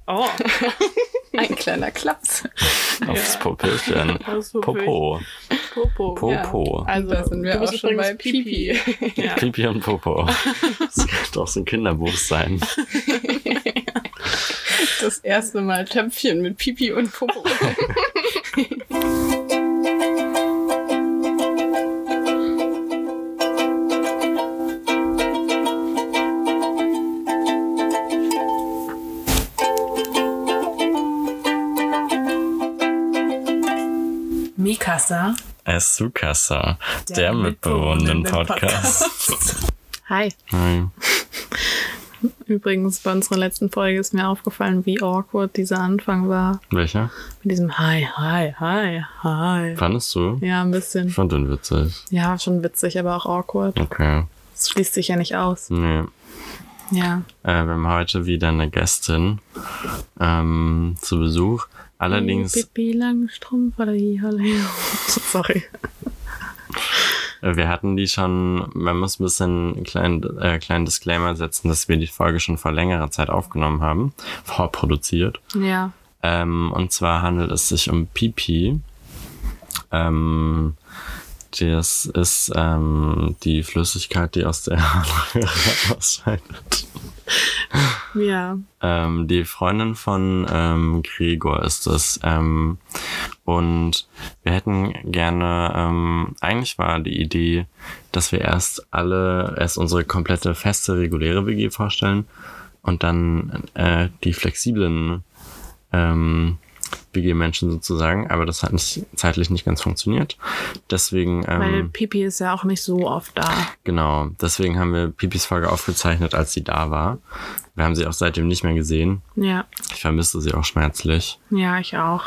Oh, ein kleiner Klaps. Aufs Popöchen. Popo. Popo. Ja. Also da sind wir auch schon bei Pipi. Ja. Pipi und Popo. Das könnte auch so ein Kinderbuch sein. Das erste Mal Töpfchen mit Pipi und Popo. Mikasa. Sukasa, der mitbewohnenden Podcast. Hi. Hi. Übrigens, bei unserer letzten Folge ist mir aufgefallen, wie awkward dieser Anfang war. Welcher? Mit diesem Hi, hi, hi, hi. Fandest du? Ja, ein bisschen. Ich fand den witzig. Ja, schon witzig, aber auch awkward. Okay. Das schließt sich ja nicht aus. Nee. Ja. Wir haben heute wieder eine Gästin zu Besuch. Allerdings... Pippi Langstrumpf, sorry. Wir hatten die schon, man muss ein bisschen einen kleinen Disclaimer setzen, dass wir die Folge schon vor längerer Zeit aufgenommen haben, vorproduziert. Ja. Und zwar handelt es sich um Pipi. Das ist die Flüssigkeit, die aus der Harnröhre ausscheidet. Ja. Die Freundin von Gregor ist es. Und wir hätten gerne, eigentlich war die Idee, dass wir erst unsere komplette feste, reguläre WG vorstellen und dann die flexiblen WG-Menschen sozusagen, aber das hat zeitlich nicht ganz funktioniert. Deswegen... Weil Pipi ist ja auch nicht so oft da. Genau, deswegen haben wir Pipis Folge aufgezeichnet, als sie da war. Wir haben sie auch seitdem nicht mehr gesehen. Ja. Ich vermisse sie auch schmerzlich. Ja, ich auch.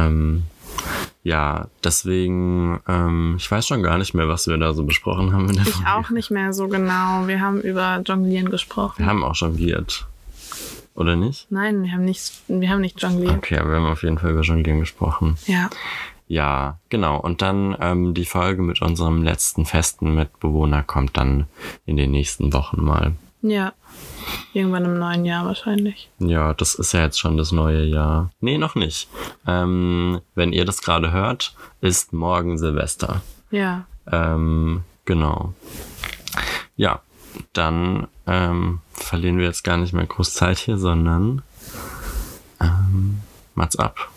Ja, deswegen, ich weiß schon gar nicht mehr, was wir da so besprochen haben in der Folge. Ich auch nicht mehr so genau. Wir haben über Jonglieren gesprochen. Wir haben auch jongliert. Oder nicht? Nein, wir haben nicht jongliert. Okay, aber wir haben auf jeden Fall über Jonglieren gesprochen. Ja. Ja, genau. Und dann die Folge mit unserem letzten festen Mitbewohner kommt dann in den nächsten Wochen mal. Ja. Irgendwann im neuen Jahr wahrscheinlich. Ja, das ist ja jetzt schon das neue Jahr. Nee, noch nicht. Wenn ihr das gerade hört, ist morgen Silvester. Ja. Genau. Ja, dann verlieren wir jetzt gar nicht mehr groß Zeit hier, sondern macht's ab.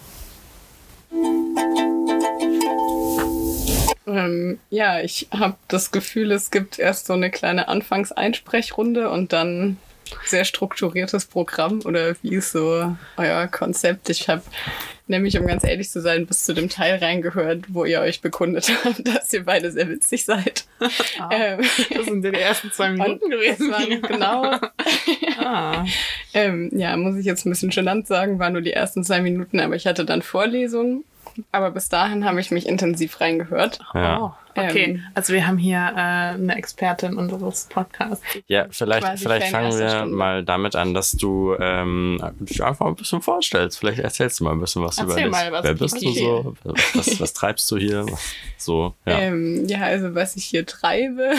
Ja, ich habe das Gefühl, es gibt erst so eine kleine Anfangs-Einsprechrunde und dann sehr strukturiertes Programm. Oder wie ist so euer Konzept? Ich habe nämlich, um ganz ehrlich zu sein, bis zu dem Teil reingehört, wo ihr euch bekundet habt, dass ihr beide sehr witzig seid. Das sind ja die ersten 2 Minuten gewesen. Das waren, genau. Ja, muss ich jetzt ein bisschen genannt sagen, waren nur die ersten 2 Minuten, aber ich hatte dann Vorlesungen. Aber bis dahin habe ich mich intensiv reingehört. Ja. Oh, okay, also wir haben hier eine Expertin unseres Podcasts. Ja, vielleicht fangen wir mal damit an, dass du dich einfach ein bisschen vorstellst. Vielleicht erzählst du mal ein bisschen was über dich. Mal, was wer bist du so? Was treibst du hier? So, ja. Ja, also was ich hier treibe.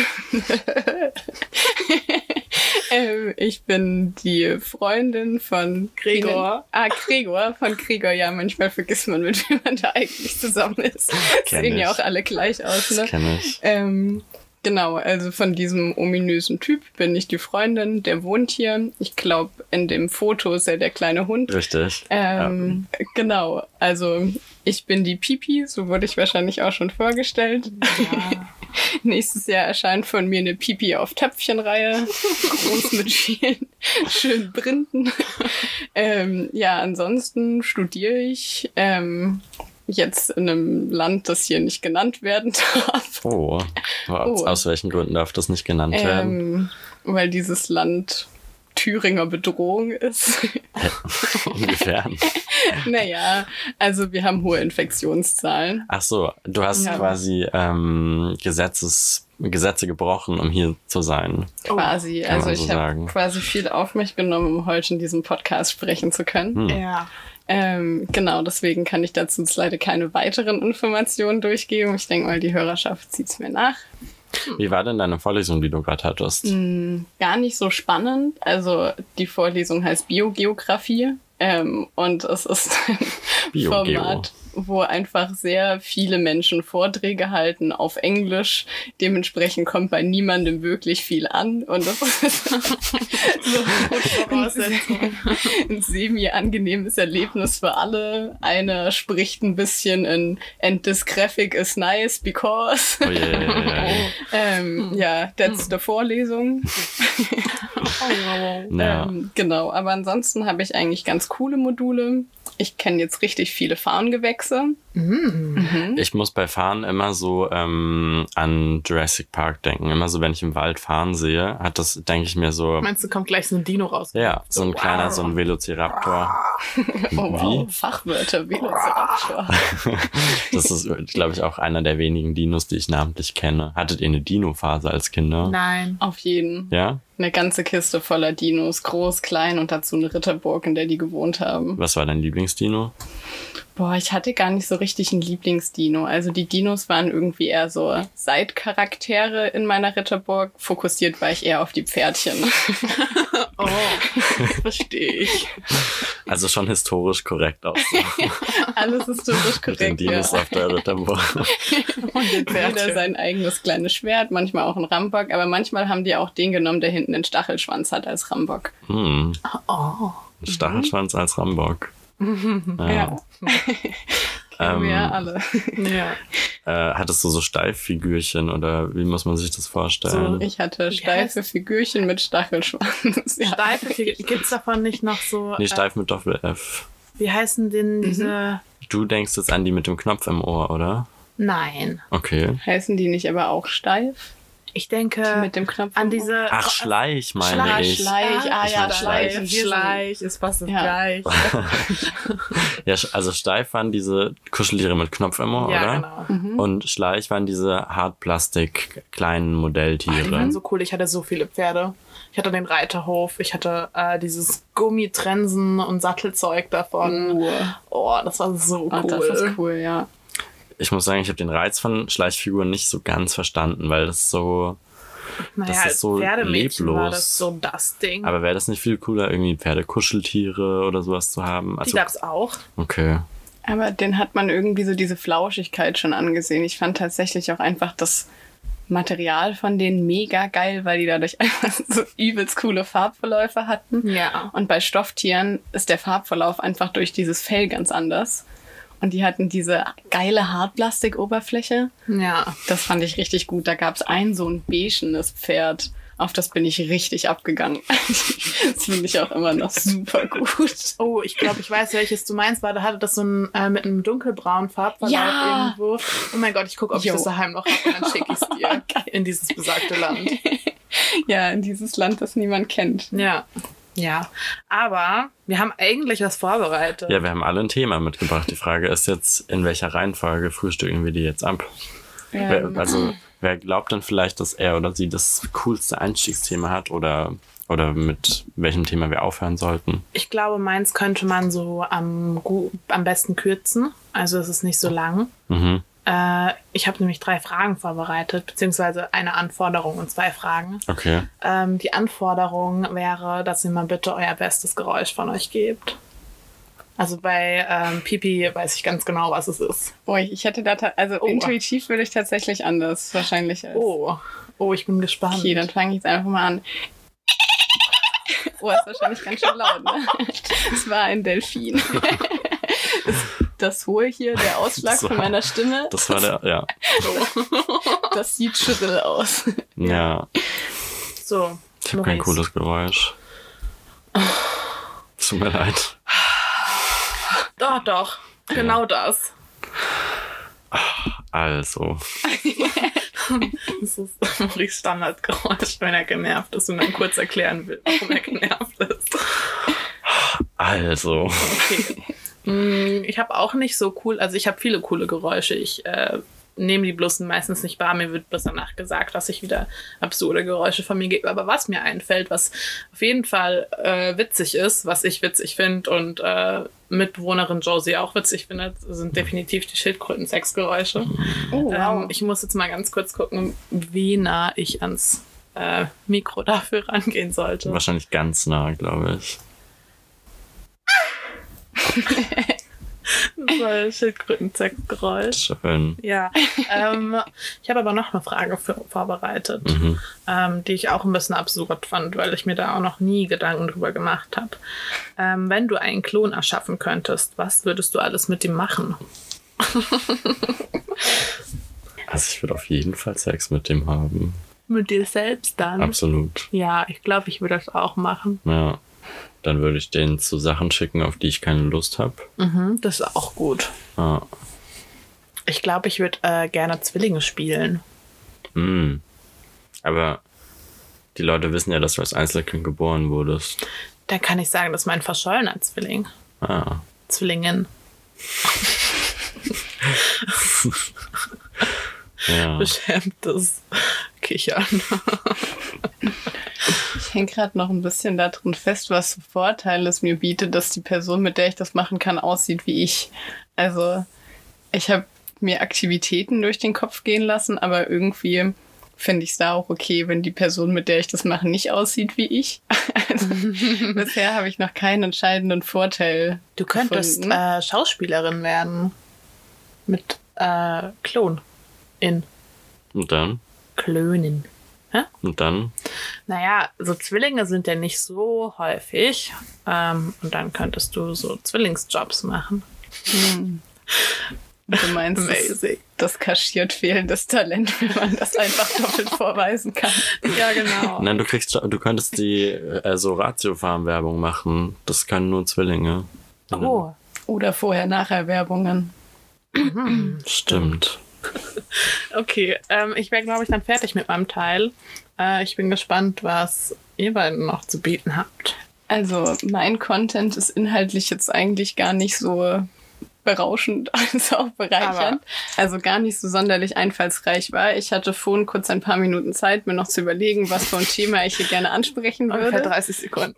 Ich bin die Freundin von Gregor. Gregor, von Gregor. Ja, manchmal vergisst man, mit wem man da eigentlich zusammen ist. Sehen ja auch alle gleich aus, ne? Das kenn ich. Genau, also von diesem ominösen Typ bin ich die Freundin, der wohnt hier. Ich glaube, in dem Foto ist er der kleine Hund. Richtig. Genau, also ich bin die Pipi, so wurde ich wahrscheinlich auch schon vorgestellt. Ja. Nächstes Jahr erscheint von mir eine Pipi auf Töpfchen-Reihe, groß mit vielen schönen Brinden. Ja, ansonsten studiere ich jetzt in einem Land, das hier nicht genannt werden darf. Oh. Aus welchen Gründen darf das nicht genannt werden? Weil dieses Land Thüringer Bedrohung ist. Inwiefern? Naja, also wir haben hohe Infektionszahlen. Ach so, du hast quasi Gesetze gebrochen, um hier zu sein. Quasi, Kann also man so ich habe sagen. quasi viel auf mich genommen, um heute in diesem Podcast sprechen zu können. Ja. Genau, deswegen kann ich dazu jetzt leider keine weiteren Informationen durchgeben. Ich denke mal, die Hörerschaft zieht's mir nach. Wie war denn deine Vorlesung, die du gerade hattest? Gar nicht so spannend. Also die Vorlesung heißt Biogeografie. Und es ist ein Bio-Geo. Format, wo einfach sehr viele Menschen Vorträge halten auf Englisch. Dementsprechend kommt bei niemandem wirklich viel an. Und das ist ein semi-angenehmes Erlebnis für alle. Einer spricht ein bisschen in "And this graphic is nice because." Oh, Ja, that's the Vorlesung. Ja. Genau, aber ansonsten habe ich eigentlich ganz coole Module. Ich kenne jetzt richtig viele Farngewächse. Ich muss bei Fahren immer so an Jurassic Park denken. Immer so, wenn ich im Wald fahren sehe, denke ich mir so, Meinst du, kommt gleich so ein Dino raus? ja, so ein kleiner, so ein Velociraptor. Oh wow, Fachwörter, Velociraptor. Das ist, glaube ich, auch einer der wenigen Dinos, die ich namentlich kenne. Hattet ihr eine Dino-Phase als Kinder? Nein. Auf jeden. Ja? Eine ganze Kiste voller Dinos, groß, klein und dazu eine Ritterburg, in der die gewohnt haben. Was war dein Lieblingsdino? Boah, ich hatte gar nicht so richtig einen Lieblingsdino. Also die Dinos waren irgendwie eher so Seitcharaktere in meiner Ritterburg. Fokussiert war ich eher auf die Pferdchen. Oh, verstehe ich. Also schon historisch korrekt auch so. Alles historisch Mit den korrekt, Dinos ja. auf der Ritterburg. Und den Jeder sein eigenes kleines Schwert, manchmal auch ein Rambock, aber manchmal haben die auch den genommen, der hinten den Stachelschwanz hat als Rambock. Ein Oh. Stachelschwanz als Rambock. Ja. Kennen wir ja alle. Ja. Hattest du so Steiffigürchen oder wie muss man sich das vorstellen? Ich hatte steife Figürchen mit Stachelschwanz. Ja. Steife, gibt's davon nicht noch so, Nee, steif mit Doppel-F. wie heißen denn diese? Du denkst jetzt an die mit dem Knopf im Ohr, oder? Nein. Okay. Heißen die nicht aber auch steif? Ich denke Die mit dem Knopf an im diese... Ach, Schleich meine ich. Schleich. Ah Ich ja, mein Schleich. Schleich ist fast das Ja. gleich. Ja, also steif waren diese Kuscheltiere mit Knopf im Ohr, Ja, oder? genau. Und Schleich waren diese Hartplastik kleinen Die Modelltiere. waren so cool. Ich hatte so viele Pferde. Ich hatte den Reiterhof. Ich hatte dieses Gummitrensen und Sattelzeug davon. Oh, das war so cool. Das ist cool, ja. Ich muss sagen, ich habe den Reiz von Schleichfiguren nicht so ganz verstanden, weil das so... Naja, das ist als so Pferdemädchen leblos. war das so das Ding. Aber wäre das nicht viel cooler, irgendwie Pferdekuscheltiere oder sowas zu haben? Die Also, gab's auch. okay. Aber den hat man irgendwie so diese Flauschigkeit schon angesehen. Ich fand tatsächlich auch einfach das Material von denen mega geil, weil die dadurch einfach so übelst coole Farbverläufe hatten. Ja. Und bei Stofftieren ist der Farbverlauf einfach durch dieses Fell ganz anders. Und die hatten diese geile Hartplastikoberfläche. Ja. Das fand ich richtig gut. Da gab es so ein beigenes Pferd. Auf das bin ich richtig abgegangen. Das finde ich auch immer noch super gut. Oh, ich glaube, ich weiß, welches du meinst, weil da hatte das so ein mit einem dunkelbraunen Farbverlauf Ja. irgendwo. Oh mein Gott, ich gucke, ob ich Jo. das daheim noch habe und dann schicke ich es dir in dieses besagte Land. Ja, in dieses Land, das niemand kennt. Ja. Ja. Aber wir haben eigentlich was vorbereitet. Ja, wir haben alle ein Thema mitgebracht. Die Frage ist jetzt, in welcher Reihenfolge frühstücken wir die jetzt ab? Wer glaubt denn vielleicht, dass er oder sie das coolste Einstiegsthema hat oder mit welchem Thema wir aufhören sollten? Ich glaube, meins könnte man so am besten kürzen. Also es ist nicht so lang. Mhm. Ich habe nämlich 3 Fragen vorbereitet, beziehungsweise eine Anforderung und 2 Fragen. Okay. Die Anforderung wäre, dass ihr mal bitte euer bestes Geräusch von euch gebt. Also bei Pipi weiß ich ganz genau, was es ist. Oh, ich hätte da, intuitiv würde ich tatsächlich anders wahrscheinlich. Oh, ich bin gespannt. Okay, dann fange ich jetzt einfach mal an. Oh, ist wahrscheinlich ganz schön laut, ne? Es war ein Delfin. Das hohe hier, der Ausschlag Das war- von meiner Stimme, Das war der, ja. das sieht schrill aus. Ja. So, Ich habe kein Maurice. cooles Geräusch. Tut mir leid. Doch, genau das. Also. Das ist Maurice Standardgeräusch, wenn er genervt ist und dann kurz erklären will, warum er genervt ist. Also. Okay. Ich habe auch nicht so cool, also ich habe viele coole Geräusche. Ich nehme die bloß meistens nicht wahr. Mir wird bloß danach gesagt, dass ich wieder absurde Geräusche von mir gebe. Aber was mir einfällt, was auf jeden Fall witzig ist, was ich witzig finde und Mitbewohnerin Josie auch witzig findet, sind definitiv die Schildkröten-Sexgeräusche. Oh, wow. Ich muss jetzt mal ganz kurz gucken, wie nah ich ans Mikro dafür rangehen sollte. Wahrscheinlich ganz nah, glaube ich. Das war ein Schildkrötensexgeräusch. Schön. Ja, ich habe aber noch eine Frage vorbereitet, die ich auch ein bisschen absurd fand, weil ich mir da auch noch nie Gedanken drüber gemacht habe. Wenn du einen Klon erschaffen könntest, was würdest du alles mit ihm machen? Also ich würde auf jeden Fall Sex mit dem haben. Mit dir selbst dann? Absolut. Ja, ich glaube, ich würde das auch machen. Ja. Dann würde ich den zu Sachen schicken, auf die ich keine Lust habe. Das ist auch gut. Ja. Ich glaube, ich würde gerne Zwillinge spielen. Aber die Leute wissen ja, dass du als Einzelkind geboren wurdest. Dann kann ich sagen, das ist mein verschollener Zwilling. Zwillingin. Ja. Beschämtes Kichern. Ich hänge gerade noch ein bisschen da drin fest, was für Vorteile es mir bietet, dass die Person, mit der ich das machen kann, aussieht wie ich. Also ich habe mir Aktivitäten durch den Kopf gehen lassen, aber irgendwie finde ich es da auch okay, wenn die Person, mit der ich das mache, nicht aussieht wie ich. Also, bisher habe ich noch keinen entscheidenden Vorteil. Du könntest Schauspielerin werden. Mit Klon. Und dann? Klönin. Hä? Und dann? Naja, so Zwillinge sind ja nicht so häufig. Und dann könntest du so Zwillingsjobs machen. Du meinst, das kaschiert fehlendes Talent, wenn man das einfach doppelt vorweisen kann. Ja, genau. Nein, du könntest die so Ratiofarm-Werbung machen. Das können nur Zwillinge. Oh. Oder Vorher-Nachher-Werbungen. Stimmt. Okay, ich wäre, glaube ich, dann fertig mit meinem Teil. Ich bin gespannt, was ihr beiden noch zu bieten habt. Also mein Content ist inhaltlich jetzt eigentlich gar nicht so berauschend als auch bereichernd. Also gar nicht so sonderlich einfallsreich war. Ich hatte vorhin kurz ein paar Minuten Zeit, mir noch zu überlegen, was für ein Thema ich hier gerne ansprechen würde. Ungefähr 30 Sekunden.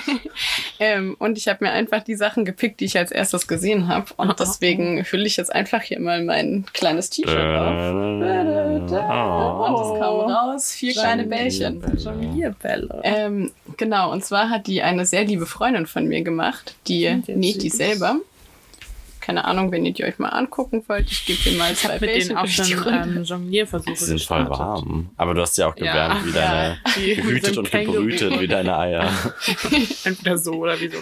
Und ich habe mir einfach die Sachen gepickt, die ich als erstes gesehen habe. Und deswegen hülle ich jetzt einfach hier mal mein kleines T-Shirt auf. Und es kam raus, 4 kleine Bällchen. Jonglierbälle. Genau, und zwar hat die eine sehr liebe Freundin von mir gemacht. Die näht die selber. Keine Ahnung, wenn ihr die euch mal angucken wollt. Ich gebe dir mal 2 Bällchen. Ich habe mit denen auch schon Jonglierversuche Die sind voll warm. Aber du hast ja auch gewärmt, wie deine gehütet und gebrütet wie deine Eier. Entweder so oder wie so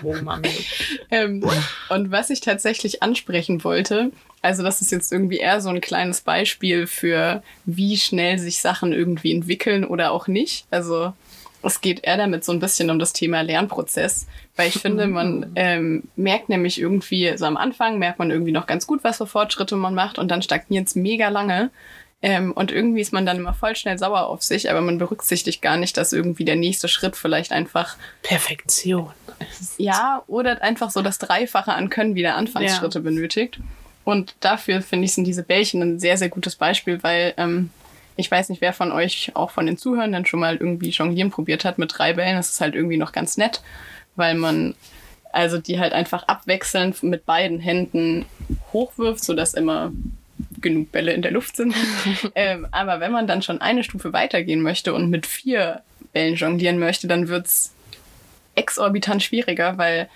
ein Und was ich tatsächlich ansprechen wollte, also das ist jetzt irgendwie eher so ein kleines Beispiel für, wie schnell sich Sachen irgendwie entwickeln oder auch nicht. Also es geht eher damit so ein bisschen um das Thema Lernprozess, weil ich finde, man merkt nämlich irgendwie, so am Anfang merkt man irgendwie noch ganz gut, was für Fortschritte man macht und dann stagniert es mega lange und irgendwie ist man dann immer voll schnell sauer auf sich, aber man berücksichtigt gar nicht, dass irgendwie der nächste Schritt vielleicht einfach Perfektion ist. Ja, oder einfach so das Dreifache an Können wie der Anfangsschritte benötigt. Und dafür, finde ich, sind diese Bällchen ein sehr, sehr gutes Beispiel, weil ich weiß nicht, wer von euch, auch von den Zuhörenden, schon mal irgendwie Jonglieren probiert hat mit 3 Bällen. Das ist halt irgendwie noch ganz nett, weil man also die halt einfach abwechselnd mit beiden Händen hochwirft, sodass immer genug Bälle in der Luft sind. Aber wenn man dann schon eine Stufe weitergehen möchte und mit 4 Bällen jonglieren möchte, dann wird's exorbitant schwieriger, weil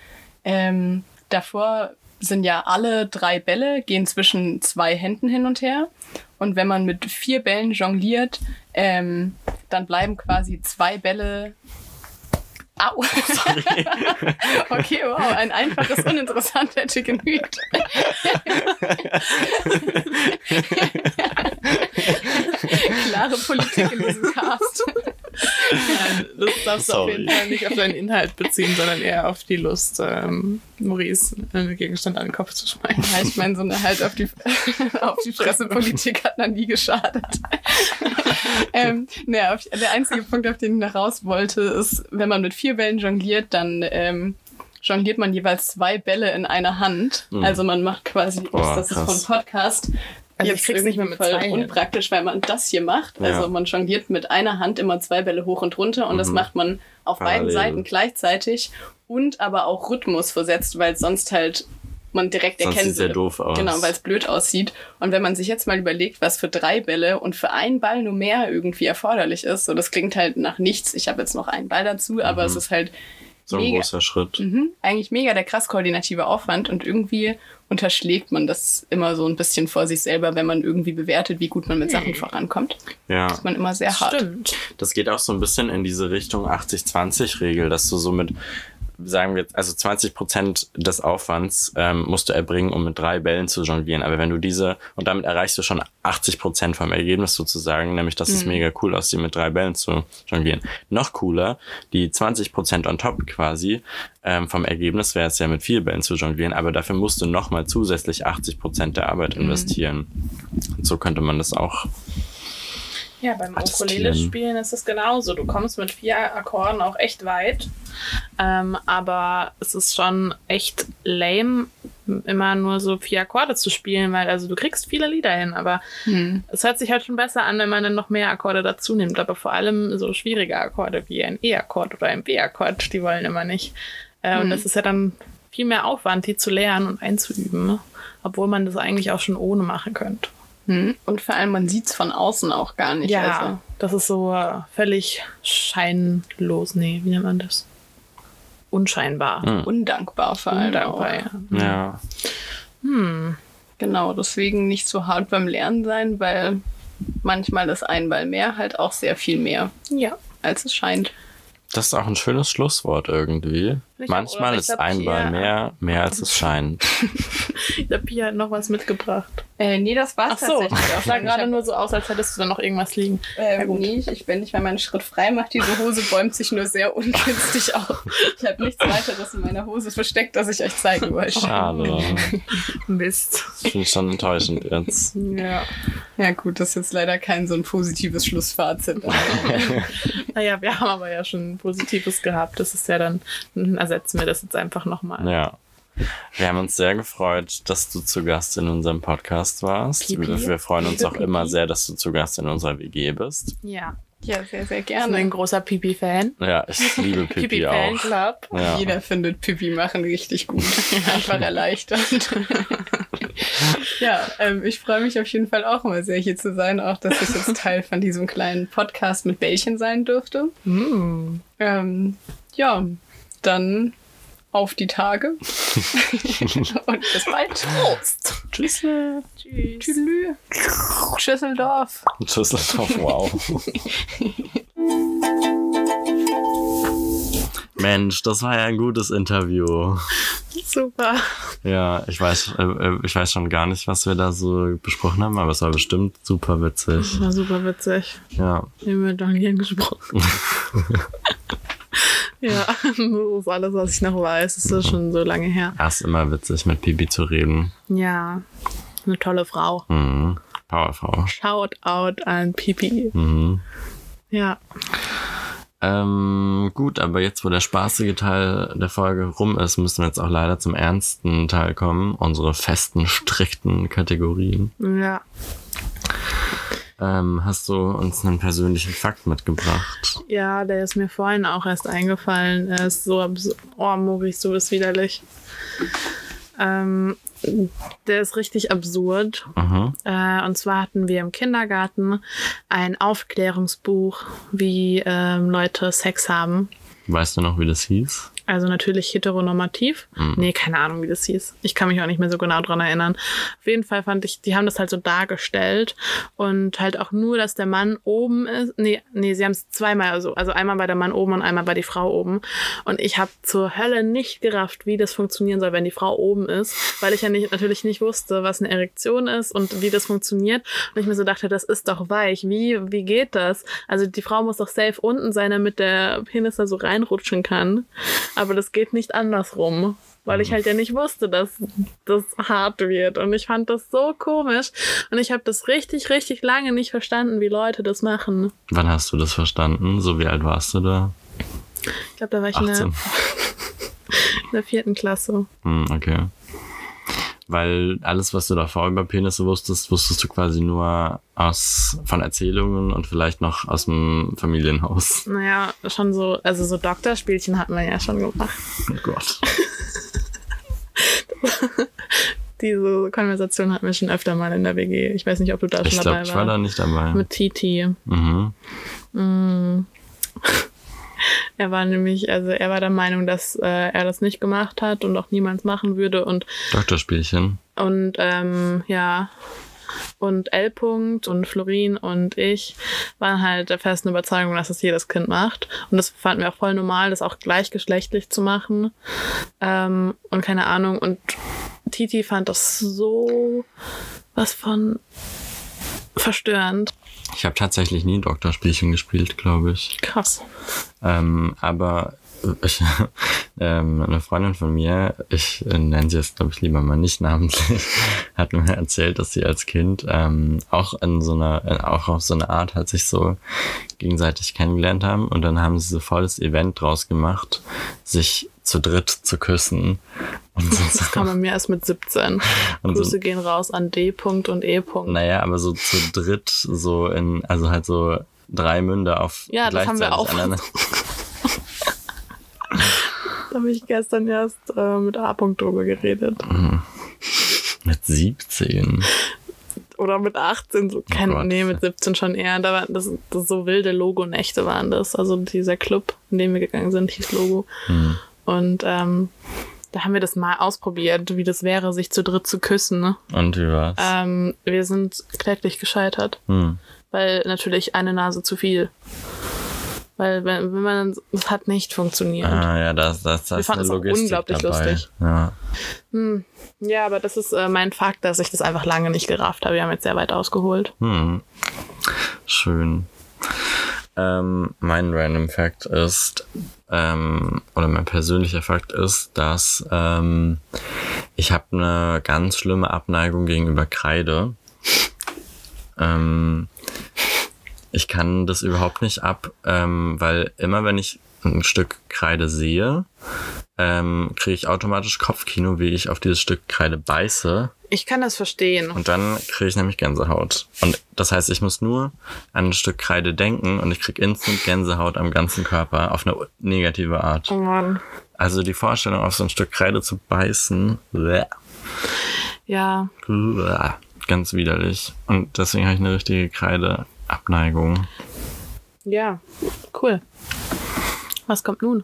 davor sind ja alle 3 Bälle, gehen zwischen 2 Händen hin und her. Und wenn man mit 4 Bällen jongliert, dann bleiben quasi 2 Bälle... Au! Sorry. Okay, wow, ein einfaches, uninteressant hätte genügt. Klare Politik in diesem Cast. Nein, das darfst du auf jeden Fall nicht auf deinen Inhalt beziehen, sondern eher auf die Lust, Maurice einen Gegenstand an den Kopf zu schmeißen. Ja, ich meine, so eine halt auf die Pressepolitik hat noch nie geschadet. Der einzige Punkt, auf den ich noch raus wollte, ist, wenn man mit 4 Bällen jongliert, dann jongliert man jeweils 2 Bälle in einer Hand. Also man macht quasi, das ist von Podcast. Also Jetzt krieg's nicht mehr mit 2 unpraktisch, weil man das hier macht. Ja. Also man jongliert mit einer Hand immer 2 Bälle hoch und runter und das macht man auf beiden Seiten gleichzeitig und aber auch Rhythmus versetzt, weil sonst halt man direkt sonst erkennen sieht sehr doof aus. Genau, weil es blöd aussieht. Und wenn man sich jetzt mal überlegt, was für 3 Bälle und für einen Ball nur mehr irgendwie erforderlich ist, so das klingt halt nach nichts. Ich habe jetzt noch einen Ball dazu, aber es ist halt so ein großer Schritt. Eigentlich mega der krass koordinative Aufwand und irgendwie unterschlägt man das immer so ein bisschen vor sich selber, wenn man irgendwie bewertet, wie gut man mit Sachen vorankommt. Ja. Das ist man immer sehr hart. Stimmt. Das geht auch so ein bisschen in diese Richtung 80-20-Regel, dass du so mit, sagen wir jetzt, also 20% des Aufwands musst du erbringen, um mit 3 Bällen zu jonglieren. Aber wenn du und damit erreichst du schon 80% vom Ergebnis sozusagen, nämlich, dass es mega cool aussieht, mit 3 Bällen zu jonglieren. Noch cooler, die 20% on top quasi vom Ergebnis wäre es ja mit 4 Bällen zu jonglieren, aber dafür musst du nochmal zusätzlich 80% der Arbeit investieren. Und so könnte man das auch. Ja, beim Ukulele-Spielen ist es genauso. Du kommst mit 4 Akkorden auch echt weit. Aber es ist schon echt lame, immer nur so 4 Akkorde zu spielen, weil also du kriegst viele Lieder hin, aber es hört sich halt schon besser an, wenn man dann noch mehr Akkorde dazu nimmt. Aber vor allem so schwierige Akkorde wie ein E-Akkord oder ein B-Akkord, die wollen immer nicht. Und das ist ja dann viel mehr Aufwand, die zu lernen und einzuüben, obwohl man das eigentlich auch schon ohne machen könnte. Und vor allem, man sieht es von außen auch gar nicht. Ja, also. Das ist so völlig scheinlos. Nee, wie nennt man das? Unscheinbar. Undankbar vor allem. Undankbar, auch. Ja. Genau, deswegen nicht so hart beim Lernen sein, weil manchmal ist ein Ball mehr halt auch sehr viel mehr, Ja. als es scheint. Das ist auch ein schönes Schlusswort irgendwie. Manchmal ist ein Ball mehr als es scheint. Ich habe hier noch was mitgebracht. Nee, das war's Ach so, tatsächlich auch. das sah gerade nur so aus, als hättest du da noch irgendwas liegen. Gut. Nee, wenn ich mal meinen Schritt frei mache, diese Hose bäumt sich nur sehr ungünstig auf. Ich habe nichts weiteres in meiner Hose versteckt, das ich euch zeigen wollte. Schade. Mist. Das finde ich schon enttäuschend jetzt. Ja. Ja gut, das ist jetzt leider kein so ein positives Schlussfazit. Naja, wir haben aber ja schon ein Positives gehabt. Das ist ja dann ersetzen wir das jetzt einfach nochmal. Ja. Wir haben uns sehr gefreut, dass du zu Gast in unserem Podcast warst. Pipi. Wir freuen uns auch immer sehr, dass du zu Gast in unserer WG bist. Ja. Ja, sehr, sehr Ich bin gerne. ein großer Pipi-Fan. Ja, ich liebe Pipi auch. Pipi-Fanclub. Ja. Jeder findet Pipi machen richtig gut. Einfach erleichternd. Ja, ich freue mich auf jeden Fall auch immer sehr, hier zu sein. Auch, dass ich jetzt Teil von diesem kleinen Podcast mit Bällchen sein dürfte. Ja, dann auf die Tage. Und bis bald. Prost. Tschüssle. Tschüss. Tschüss. Schüsseldorf. Schüsseldorf, wow. Mensch, das war ja ein gutes Interview. Super. Ja, ich weiß schon gar nicht, was wir da so besprochen haben, aber es war bestimmt super witzig. War super witzig. Ja. Wir haben mit Daniel gesprochen. Ja, das ist alles, was ich noch weiß. Das ist schon so lange her. Erst immer witzig, mit Pipi zu reden. Ja, eine tolle Frau. Powerfrau. Shoutout an Pipi. Ja. Gut, aber jetzt, wo der spaßige Teil der Folge rum ist, müssen wir jetzt auch leider zum ernsten Teil kommen. Unsere festen, strikten Kategorien. Ja. Hast du uns einen persönlichen Fakt mitgebracht? Ja, der ist mir vorhin auch erst eingefallen. Er ist so absurd. Oh, Maurice, du bist widerlich. Der ist richtig absurd. Und zwar hatten wir im Kindergarten ein Aufklärungsbuch, wie Leute Sex haben. Weißt du noch, wie das hieß? Also natürlich heteronormativ. Nee, keine Ahnung, wie das hieß. Ich kann mich auch nicht mehr so genau dran erinnern. Auf jeden Fall fand ich, die haben das halt so dargestellt und halt auch nur, dass der Mann oben ist. Nee, sie haben es zweimal, also einmal war der Mann oben und einmal war die Frau oben. Und ich habe zur Hölle nicht gerafft, wie das funktionieren soll, wenn die Frau oben ist, weil ich ja natürlich nicht wusste, was eine Erektion ist und wie das funktioniert. Und ich mir so dachte, das ist doch weich. Wie geht das? Also die Frau muss doch safe unten sein, damit der Penis da so reinrutschen kann. Aber das geht nicht andersrum, weil ich halt ja nicht wusste, dass das hart wird. Und ich fand das so komisch. Und ich habe das richtig, richtig lange nicht verstanden, wie Leute das machen. Wann hast du das verstanden? So wie alt warst du da? Ich glaube, da war ich 18. in der 4. Klasse. Okay. Weil alles, was du davor über Penisse wusstest du quasi nur von Erzählungen und vielleicht noch aus dem Familienhaus. Naja, schon so, also so Doktorspielchen hatten wir ja schon gemacht. Oh Gott. Diese Konversation hatten wir schon öfter mal in der WG. Ich weiß nicht, ob du da schon dabei warst. Ich glaube, ich war da nicht dabei. Mit Titi. Er war der Meinung, dass er das nicht gemacht hat und auch niemals machen würde und Doktorspielchen. Und und L. und Florin und ich waren halt der festen Überzeugung, dass das jedes Kind macht. Und das fanden wir auch voll normal, das auch gleichgeschlechtlich zu machen. Und keine Ahnung. Und Titi fand das so was von verstörend. Ich habe tatsächlich nie Doktorspielchen gespielt, glaube ich. Krass. Aber eine Freundin von mir, ich nenne sie jetzt, glaube ich, lieber mal nicht namentlich, hat mir erzählt, dass sie als Kind auch auf so eine Art halt sich so gegenseitig kennengelernt haben und dann haben sie so volles Event draus gemacht, sich zu dritt zu küssen. Und das kam bei mir erst mit 17. Grüße gehen raus an D. und E. Naja, aber so zu dritt, also halt so 3 Münder auf ja, gleichzeitig das haben wir auch. aneinander. Da habe ich gestern erst mit A. drüber geredet. Mit 17? Oder mit 18, mit 17 schon eher. Da war das so wilde Logo-Nächte waren das. Also dieser Club, in den wir gegangen sind, hieß Logo. Und da haben wir das mal ausprobiert, wie das wäre, sich zu dritt zu küssen. Ne? Und wie war's? Wir sind kläglich gescheitert. Weil natürlich eine Nase zu viel. Weil wenn man, das hat nicht funktioniert. Ja, das wir fanden es auch unglaublich dabei. Lustig. Ja. Ja, aber das ist mein Fakt, dass ich das einfach lange nicht gerafft habe. Wir haben jetzt sehr weit ausgeholt. Schön. Mein Random Fact ist, oder mein persönlicher Fakt ist, dass ich habe eine ganz schlimme Abneigung gegenüber Kreide. Ich kann das überhaupt nicht ab, weil immer wenn ich ein Stück Kreide sehe, kriege ich automatisch Kopfkino, wie ich auf dieses Stück Kreide beiße. Ich kann das verstehen. Und dann kriege ich nämlich Gänsehaut. Und das heißt, ich muss nur an ein Stück Kreide denken und ich kriege instant Gänsehaut am ganzen Körper auf eine negative Art. Oh Mann. Also die Vorstellung, auf so ein Stück Kreide zu beißen, ja, ganz widerlich. Und deswegen habe ich eine richtige Kreideabneigung. Ja, cool. Was kommt nun?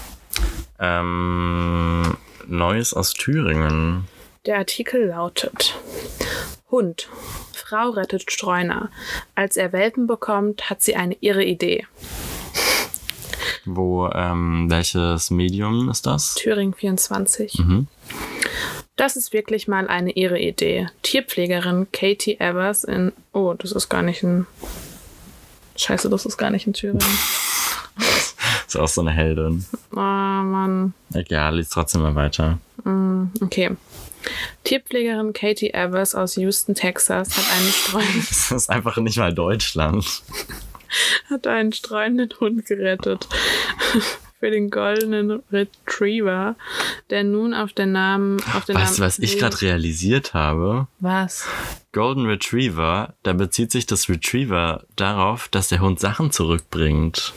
Neues aus Thüringen. Der Artikel lautet: Hund. Frau rettet Streuner. Als er Welpen bekommt, hat sie eine irre Idee. Welches Medium ist das? Thüringen 24. Das ist wirklich mal eine irre Idee. Tierpflegerin Katie Evers in... Oh, das ist gar nicht in... Scheiße, das ist gar nicht in Thüringen. Ist auch so eine Heldin. Ah, Mann. Egal, lies trotzdem mal weiter. Okay. Tierpflegerin Katie Evers aus Houston, Texas, hat einen streunenden... Das ist einfach nicht mal Deutschland. Hat einen streunenden Hund gerettet. Für den Golden Retriever, der nun auf den Namen... Weißt du, was ich gerade realisiert habe? Was? Golden Retriever, da bezieht sich das Retriever darauf, dass der Hund Sachen zurückbringt.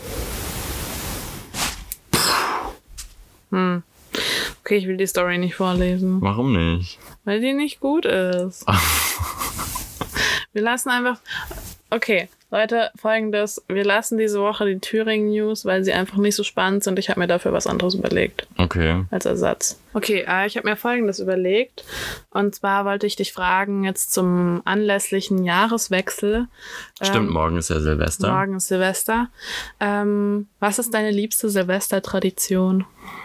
Okay, ich will die Story nicht vorlesen. Warum nicht? Weil die nicht gut ist. Wir lassen einfach... Okay, Leute, Folgendes. Wir lassen diese Woche die Thüringen-News, weil sie einfach nicht so spannend sind. Ich habe mir dafür was anderes überlegt. Okay. Als Ersatz. Okay, ich habe mir Folgendes überlegt. Und zwar wollte ich dich fragen, jetzt zum anlässlichen Jahreswechsel. Stimmt, morgen ist ja Silvester. Morgen ist Silvester. Was ist deine liebste Silvestertradition?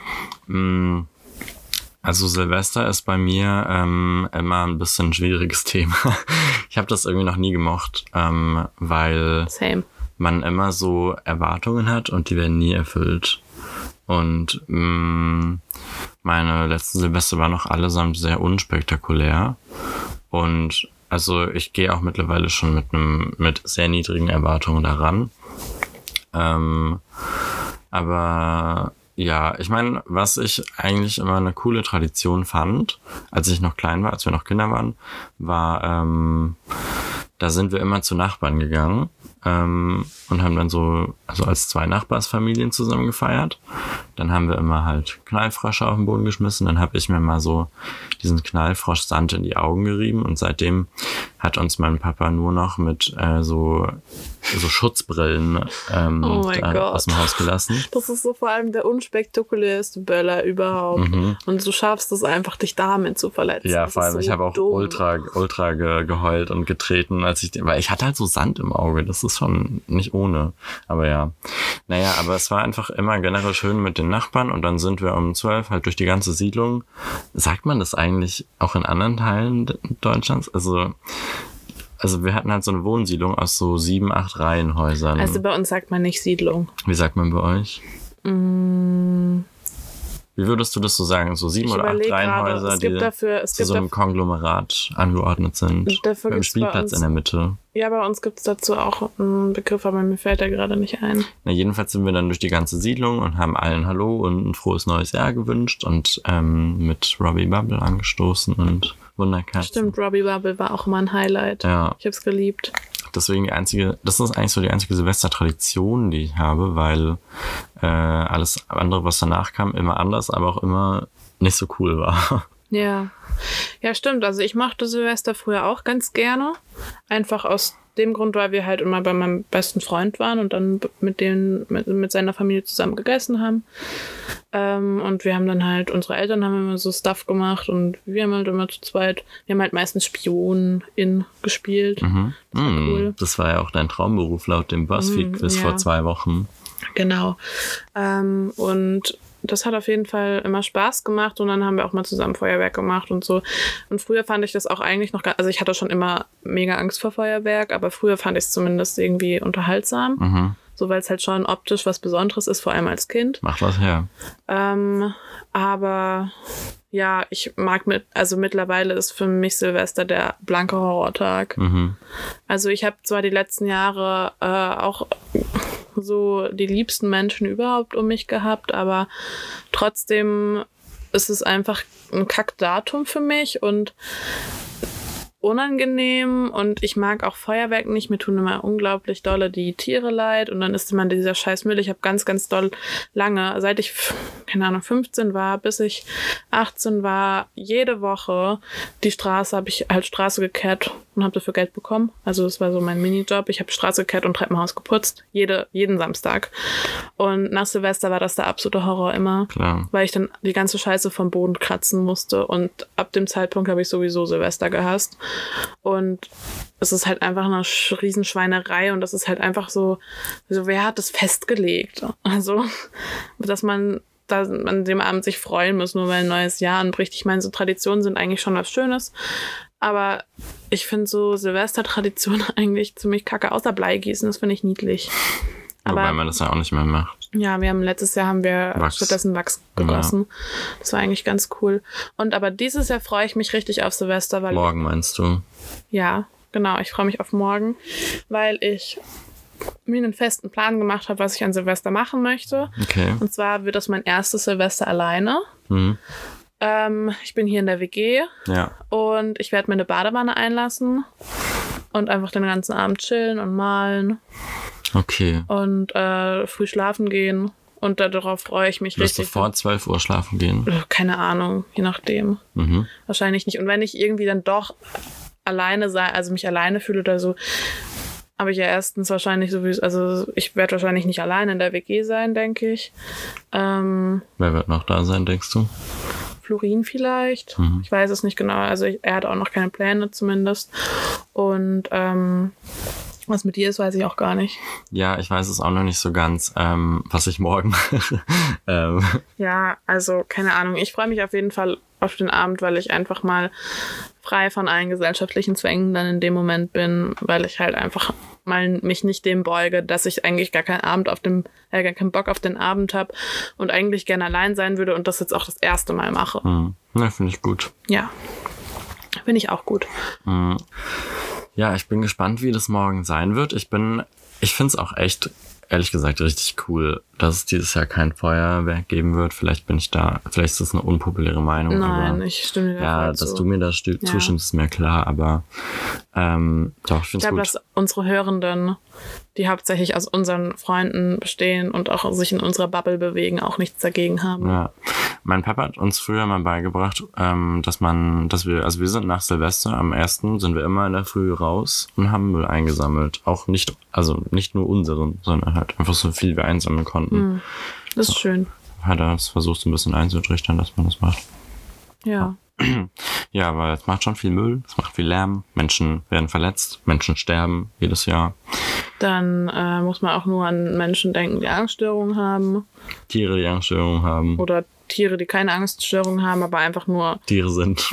Also Silvester ist bei mir immer ein bisschen ein schwieriges Thema. Ich habe das irgendwie noch nie gemocht, weil man immer so Erwartungen hat und die werden nie erfüllt. Und meine letzten Silvester waren noch allesamt sehr unspektakulär. Und also ich gehe auch mittlerweile schon mit sehr niedrigen Erwartungen daran. Aber ja, ich meine, was ich eigentlich immer eine coole Tradition fand, als ich noch klein war, als wir noch Kinder waren, war, da sind wir immer zu Nachbarn gegangen. und haben dann so, also als 2 Nachbarsfamilien zusammen gefeiert. Dann haben wir immer halt Knallfrösche auf den Boden geschmissen. Dann habe ich mir mal so diesen Knallfrosch Sand in die Augen gerieben und seitdem hat uns mein Papa nur noch mit so Schutzbrillen aus dem Haus gelassen. Das ist so vor allem der unspektakulärste Böller überhaupt. Und du schaffst es einfach, dich damit zu verletzen. Ja, das vor allem, so ich habe auch ultra geheult und getreten, weil ich hatte halt so Sand im Auge. Das ist schon nicht ohne. Aber ja. Naja, aber es war einfach immer generell schön mit den Nachbarn und dann sind wir um 12 halt durch die ganze Siedlung. Sagt man das eigentlich auch in anderen Teilen Deutschlands? Also wir hatten halt so eine Wohnsiedlung aus so 7, 8 Reihenhäusern. Also bei uns sagt man nicht Siedlung. Wie sagt man bei euch? Wie würdest du das so sagen? So 7 oder 8 Reihenhäuser, die zu so einem Konglomerat angeordnet sind. Mit einem Spielplatz in der Mitte. Ja, bei uns gibt es dazu auch einen Begriff, aber mir fällt der gerade nicht ein. Na, jedenfalls sind wir dann durch die ganze Siedlung und haben allen Hallo und ein frohes neues Jahr gewünscht und mit Robbie Bubble angestoßen und Wunderkerzen. Stimmt, Robbie Bubble war auch immer ein Highlight. Ja. Ich hab's geliebt. Deswegen das ist eigentlich so die einzige Silvestertradition, die ich habe, weil alles andere, was danach kam, immer anders, aber auch immer nicht so cool war. Ja. Ja, stimmt. Also ich mochte Silvester früher auch ganz gerne. Einfach aus dem Grund, weil wir halt immer bei meinem besten Freund waren und dann mit seiner Familie zusammen gegessen haben. Und wir haben dann halt, unsere Eltern haben immer so Stuff gemacht und wir haben halt immer zu zweit, wir haben halt meistens Spionin gespielt. Das war cool. Das war ja auch dein Traumberuf laut dem BuzzFeed-Quiz vor 2 Wochen. Genau. Und das hat auf jeden Fall immer Spaß gemacht und dann haben wir auch mal zusammen Feuerwerk gemacht und so. Und früher fand ich das auch eigentlich noch also ich hatte schon immer mega Angst vor Feuerwerk, aber früher fand ich es zumindest irgendwie unterhaltsam. So, weil es halt schon optisch was Besonderes ist, vor allem als Kind. Macht was her. Aber ja, ich mag mittlerweile ist für mich Silvester der blanke Horrortag. Also ich habe zwar die letzten Jahre auch so die liebsten Menschen überhaupt um mich gehabt, aber trotzdem ist es einfach ein Kackdatum für mich und unangenehm und ich mag auch Feuerwerk nicht. Mir tun immer unglaublich dolle die Tiere leid und dann ist immer dieser scheiß Müll. Ich habe ganz, ganz doll lange, seit ich, 15 war, bis ich 18 war, jede Woche habe ich halt Straße gekehrt und habe dafür Geld bekommen. Also das war so mein Minijob. Ich habe Straße gekehrt und Treppenhaus geputzt. Jeden Samstag. Und nach Silvester war das der absolute Horror immer. Klar. Weil ich dann die ganze Scheiße vom Boden kratzen musste und ab dem Zeitpunkt habe ich sowieso Silvester gehasst. Und es ist halt einfach eine Riesenschweinerei und das ist halt einfach so, wer hat das festgelegt? Also, dass man da an dem Abend sich freuen muss, nur weil ein neues Jahr anbricht. Ich meine, so Traditionen sind eigentlich schon was Schönes, aber ich finde so Silvestertraditionen eigentlich ziemlich kacke, außer Bleigießen, das finde ich niedlich. Wobei man das ja auch nicht mehr macht. Ja, letztes Jahr haben wir stattdessen Wachs gegossen. Ja. Das war eigentlich ganz cool. Aber dieses Jahr freue ich mich richtig auf Silvester, weil morgen meinst du? Ja, genau. Ich freue mich auf morgen, weil ich mir einen festen Plan gemacht habe, was ich an Silvester machen möchte. Okay. Und zwar wird das mein erstes Silvester alleine. Ich bin hier in der WG. Ja. Und ich werde mir eine Badewanne einlassen und einfach den ganzen Abend chillen und malen. Okay. Und früh schlafen gehen. Und darauf freue ich mich richtig. Wirst du vor 12 Uhr schlafen gehen? Keine Ahnung, je nachdem. Wahrscheinlich nicht. Und wenn ich irgendwie dann doch mich alleine fühle oder so, habe ich ja erstens wahrscheinlich sowieso, also ich werde wahrscheinlich nicht alleine in der WG sein, denke ich. Wer wird noch da sein, denkst du? Florin vielleicht. Ich weiß es nicht genau. Also er hat auch noch keine Pläne zumindest. Und was mit dir ist, weiß ich auch gar nicht. Ja, ich weiß es auch noch nicht so ganz, was ich morgen Ja, also keine Ahnung. Ich freue mich auf jeden Fall auf den Abend, weil ich einfach mal frei von allen gesellschaftlichen Zwängen dann in dem Moment bin, weil ich halt einfach mal mich nicht dem beuge, dass ich eigentlich gar keinen Bock auf den Abend habe und eigentlich gerne allein sein würde und das jetzt auch das erste Mal mache. Ja, finde ich gut. Ja, finde ich auch gut. Ja, ich bin gespannt, wie das morgen sein wird. Ich finde es auch echt, ehrlich gesagt, richtig cool, dass es dieses Jahr kein Feuerwerk geben wird. Vielleicht ist das eine unpopuläre Meinung. Nein, aber ich stimme dir da ja, voll zu. dass du mir da zustimmst, ist mir klar, aber doch, ich finde es glaube, gut. dass unsere Hörenden, die hauptsächlich aus unseren Freunden bestehen und auch sich in unserer Bubble bewegen, auch nichts dagegen haben. Ja. Mein Papa hat uns früher mal beigebracht, wir sind nach Silvester am 1. sind wir immer in der Früh raus und haben Müll eingesammelt. Auch nicht nur unseren, sondern halt einfach so viel wir einsammeln konnten. Das ist schön. Hat er es versucht, so ein bisschen einzutrichtern, dass man das macht. Ja. Ja, aber es macht schon viel Müll, es macht viel Lärm, Menschen werden verletzt, Menschen sterben jedes Jahr. Dann muss man auch nur an Menschen denken, die Angststörungen haben. Tiere, die Angststörungen haben. Oder Tiere, die keine Angststörungen haben, aber einfach nur Tiere sind.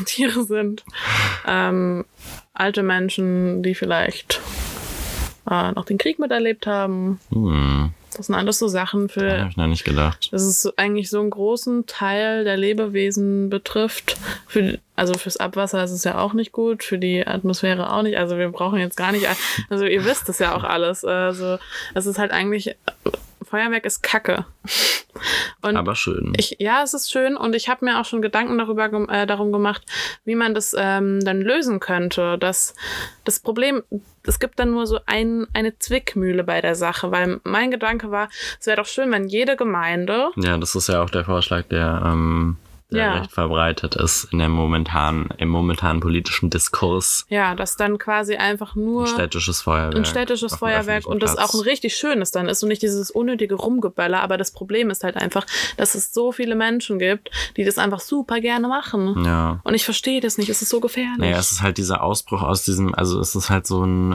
Alte Menschen, die vielleicht noch den Krieg miterlebt haben. Das sind alles so Sachen Da habe ich noch nicht gedacht. dass es eigentlich so einen großen Teil der Lebewesen betrifft. Fürs Abwasser ist es ja auch nicht gut, für die Atmosphäre auch nicht. Also wir brauchen jetzt gar nicht, also ihr wisst das ja auch alles. Also es ist halt eigentlich, Feuerwerk ist Kacke. Und aber schön. es ist schön und ich habe mir auch schon Gedanken darum gemacht, wie man das dann lösen könnte. Das Problem, es gibt dann nur so eine Zwickmühle bei der Sache, weil mein Gedanke war, es wäre doch schön, wenn jede Gemeinde... Ja, das ist ja auch der Vorschlag, der recht verbreitet ist im momentanen politischen Diskurs. Ja, dass dann quasi einfach nur... Ein städtisches Feuerwerk. Und das auch ein richtig schönes dann ist und nicht dieses unnötige Rumgeböller. Aber das Problem ist halt einfach, dass es so viele Menschen gibt, die das einfach super gerne machen. Ja. Und ich verstehe das nicht. Es ist so gefährlich. Naja, es ist halt dieser Ausbruch aus diesem, also es ist halt so ein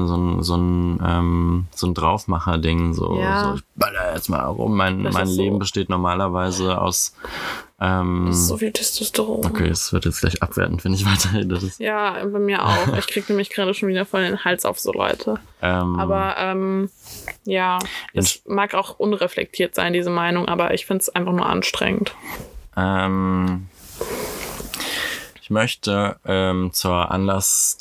Draufmacher-Ding. So ich baller jetzt mal rum. Mein Leben besteht normalerweise aus das ist so viel Testosteron. Okay, es wird jetzt gleich abwertend, wenn ich weiterrede. Ja, bei mir auch. Ich kriege nämlich gerade schon wieder voll den Hals auf so Leute. Aber es mag auch unreflektiert sein, diese Meinung, aber ich finde es einfach nur anstrengend. Ich möchte zum Anlass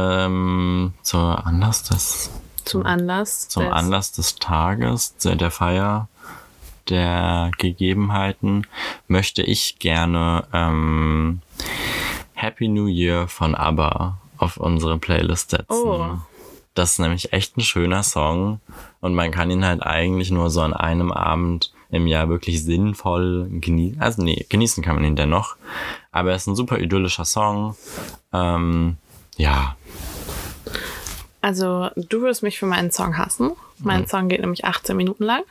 des Tages, der Feier, der Gegebenheiten, möchte ich gerne Happy New Year von ABBA auf unsere Playlist setzen. Oh. Das ist nämlich echt ein schöner Song und man kann ihn halt eigentlich nur so an einem Abend im Jahr wirklich sinnvoll genießen. Also genießen kann man ihn dennoch, aber er ist ein super idyllischer Song. Ja. Also, du wirst mich für meinen Song hassen. Mein Song geht nämlich 18 Minuten lang.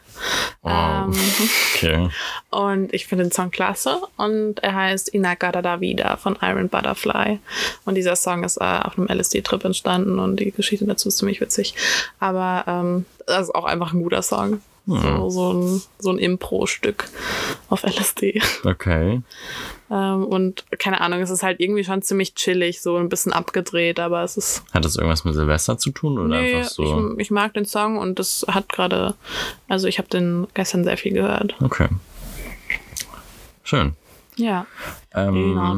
Okay. Und ich finde den Song klasse. Und er heißt Inagada da Vida von Iron Butterfly. Und dieser Song ist auf einem LSD-Trip entstanden und die Geschichte dazu ist ziemlich witzig. Aber das ist auch einfach ein guter Song. So ein Impro-Stück auf LSD. Okay. Und keine Ahnung, es ist halt irgendwie schon ziemlich chillig, so ein bisschen abgedreht, aber es ist... Hat das irgendwas mit Silvester zu tun oder einfach so? Ich mag den Song und das hat gerade... Also ich habe den gestern sehr viel gehört. Okay. Schön. Ja. Dann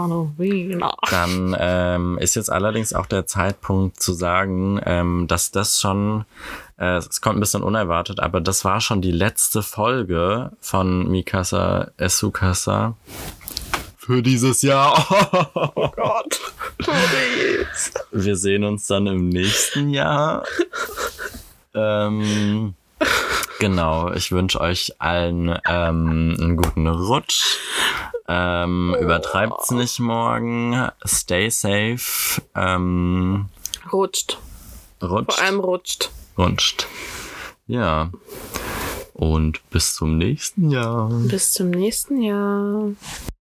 ist jetzt allerdings auch der Zeitpunkt zu sagen, dass das schon, es kommt ein bisschen unerwartet, aber das war schon die letzte Folge von Mikasa Esukasa für dieses Jahr. Oh Gott. Please. Wir sehen uns dann im nächsten Jahr. Genau, ich wünsche euch allen einen guten Rutsch. Übertreibt's nicht morgen. Stay safe. Rutscht. Vor allem rutscht. Ja. Und bis zum nächsten Jahr. Bis zum nächsten Jahr.